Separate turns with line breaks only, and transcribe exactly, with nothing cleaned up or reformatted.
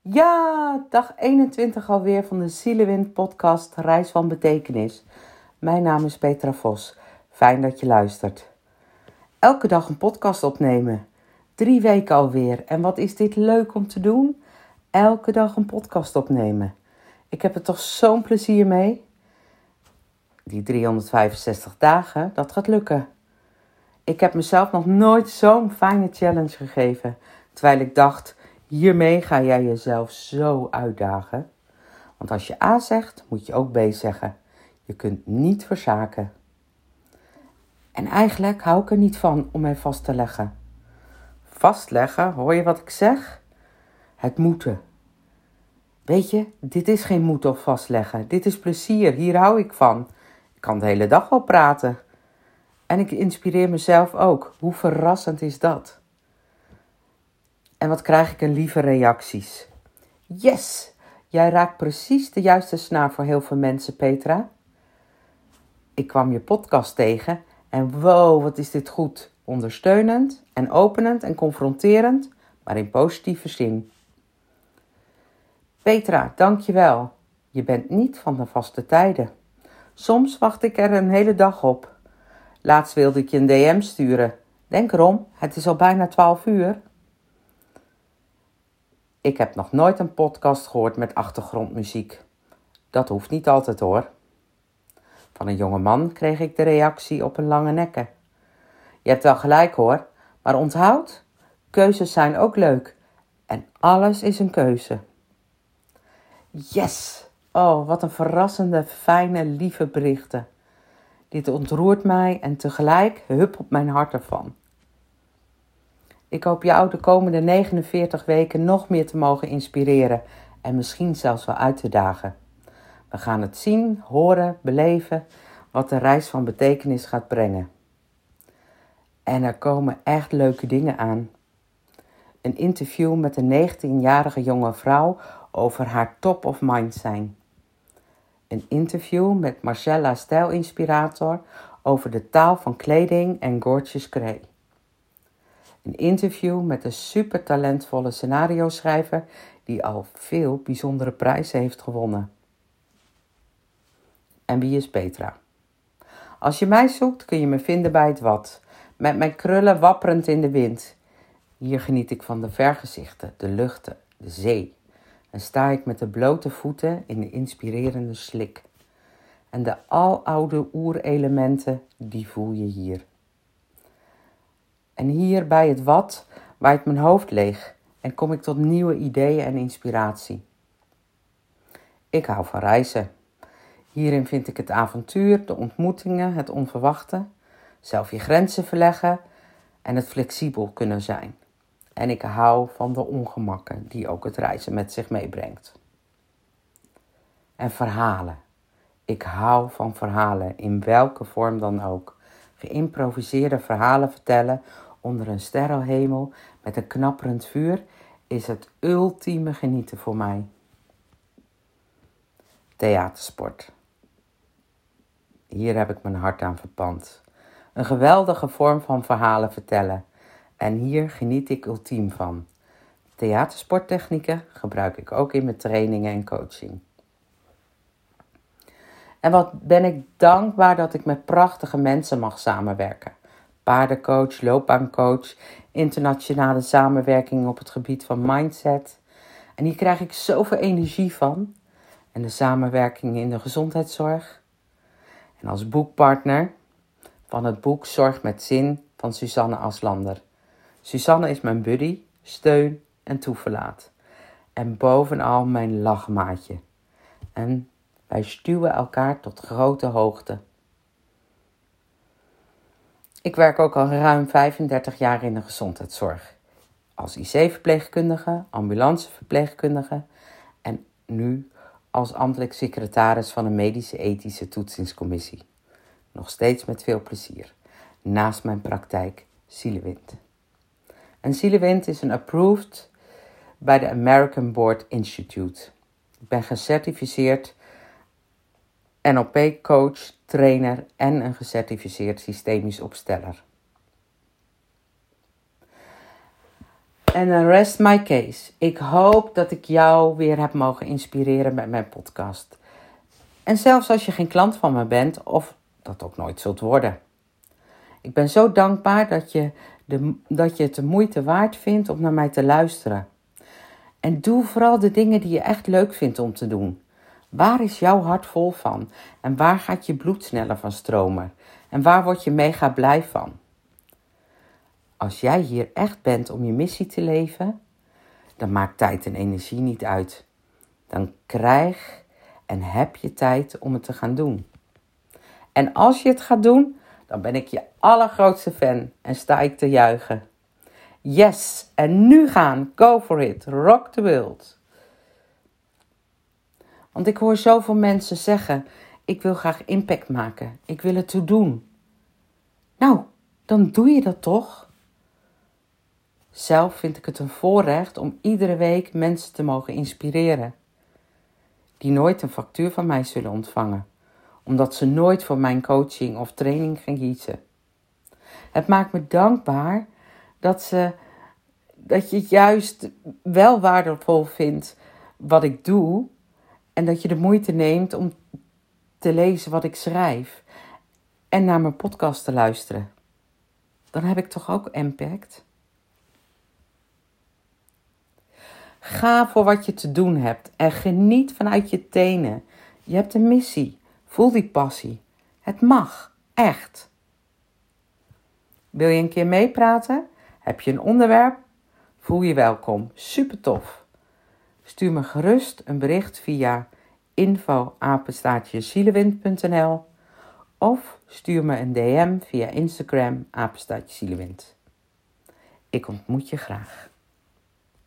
Ja, dag eenentwintig alweer van de Zielewind podcast Reis van Betekenis. Mijn naam is Petra Vos. Fijn dat je luistert. Elke dag een podcast opnemen. Drie weken alweer. En wat is dit leuk om te doen? Elke dag een podcast opnemen. Ik heb er toch zo'n plezier mee. Die driehonderdvijfenzestig dagen, dat gaat lukken. Ik heb mezelf nog nooit zo'n fijne challenge gegeven. Terwijl ik dacht, hiermee ga jij jezelf zo uitdagen. Want als je A zegt, moet je ook B zeggen. Je kunt niet verzaken. En eigenlijk hou ik er niet van om mij vast te leggen. Vastleggen, hoor je wat ik zeg? Het moeten. Weet je, dit is geen moeten of vastleggen. Dit is plezier, hier hou ik van. Ik kan de hele dag wel praten. En ik inspireer mezelf ook. Hoe verrassend is dat? En wat krijg ik een lieve reacties. Yes, jij raakt precies de juiste snaar voor heel veel mensen, Petra. Ik kwam je podcast tegen en wow, wat is dit goed. Ondersteunend en openend en confronterend, maar in positieve zin. Petra, dankjewel. Je bent niet van de vaste tijden. Soms wacht ik er een hele dag op. Laatst wilde ik je een D M sturen. Denk erom, het is al bijna twaalf uur. Ik heb nog nooit een podcast gehoord met achtergrondmuziek. Dat hoeft niet altijd hoor. Van een jonge man kreeg ik de reactie op een lange nekken. Je hebt wel gelijk hoor, maar onthoud, keuzes zijn ook leuk. En alles is een keuze. Yes! Oh, wat een verrassende, fijne, lieve berichten. Dit ontroert mij en tegelijk hup op mijn hart ervan. Ik hoop jou de komende negenenveertig weken nog meer te mogen inspireren en misschien zelfs wel uit te dagen. We gaan het zien, horen, beleven wat de reis van betekenis gaat brengen. En er komen echt leuke dingen aan. Een interview met een negentienjarige jonge vrouw over haar top of mind zijn. Een interview met Marcella stijlinspirator over de taal van kleding en Gorgeous Grey. Een interview met een super talentvolle scenario schrijver die al veel bijzondere prijzen heeft gewonnen. En wie is Petra? Als je mij zoekt kun je me vinden bij het Wat, met mijn krullen wapperend in de wind. Hier geniet ik van de vergezichten, de luchten, de zee. En sta ik met de blote voeten in de inspirerende slik. En de aloude oerelementen, die voel je hier. En hier bij het Wat waait mijn hoofd leeg en kom ik tot nieuwe ideeën en inspiratie. Ik hou van reizen. Hierin vind ik het avontuur, de ontmoetingen, het onverwachte, zelf je grenzen verleggen en het flexibel kunnen zijn. En ik hou van de ongemakken die ook het reizen met zich meebrengt. En verhalen. Ik hou van verhalen, in welke vorm dan ook. Geïmproviseerde verhalen vertellen onder een sterrenhemel met een knapperend vuur is het ultieme genieten voor mij. Theatersport. Hier heb ik mijn hart aan verpand. Een geweldige vorm van verhalen vertellen. En hier geniet ik ultiem van. Theatersporttechnieken gebruik ik ook in mijn trainingen en coaching. En wat ben ik dankbaar dat ik met prachtige mensen mag samenwerken. Paardencoach, loopbaancoach, internationale samenwerking op het gebied van mindset. En hier krijg ik zoveel energie van. En de samenwerking in de gezondheidszorg. En als boekpartner van het boek Zorg met Zin van Suzanne Aslander. Suzanne is mijn buddy, steun en toeverlaat. En bovenal mijn lachmaatje. En wij stuwen elkaar tot grote hoogte. Ik werk ook al ruim vijfendertig jaar in de gezondheidszorg. Als I C-verpleegkundige, ambulanceverpleegkundige en nu als ambtelijk secretaris van een medische ethische toetsingscommissie. Nog steeds met veel plezier. Naast mijn praktijk Zielewind. En Zielewind is een approved bij de American Board Institute. Ik ben gecertificeerd N L P-coach, trainer en een gecertificeerd systemisch opsteller. En dan rest my case. Ik hoop dat ik jou weer heb mogen inspireren met mijn podcast. En zelfs als je geen klant van me bent, of dat ook nooit zult worden. Ik ben zo dankbaar dat je, de, dat je het de moeite waard vindt om naar mij te luisteren. En doe vooral de dingen die je echt leuk vindt om te doen. Waar is jouw hart vol van? En waar gaat je bloed sneller van stromen? En waar word je mega blij van? Als jij hier echt bent om je missie te leven, dan maakt tijd en energie niet uit. Dan krijg en heb je tijd om het te gaan doen. En als je het gaat doen, dan ben ik je allergrootste fan en sta ik te juichen. Yes, en nu gaan, go for it, rock the world. Want ik hoor zoveel mensen zeggen, ik wil graag impact maken, ik wil het toe doen. Nou, dan doe je dat toch? Zelf vind ik het een voorrecht om iedere week mensen te mogen inspireren. Die nooit een factuur van mij zullen ontvangen. Omdat ze nooit voor mijn coaching of training gaan kiezen. Het maakt me dankbaar dat, ze, dat je het juist wel waardevol vindt wat ik doe. En dat je de moeite neemt om te lezen wat ik schrijf. En naar mijn podcast te luisteren. Dan heb ik toch ook impact. Ga voor wat je te doen hebt en geniet vanuit je tenen. Je hebt een missie. Voel die passie. Het mag. Echt. Wil je een keer meepraten? Heb je een onderwerp? Voel je welkom. Super tof. Stuur me gerust een bericht via info apenstaartje zielewind punt n l of stuur me een D M via Instagram apenstaartje zielewind. Ik ontmoet je graag.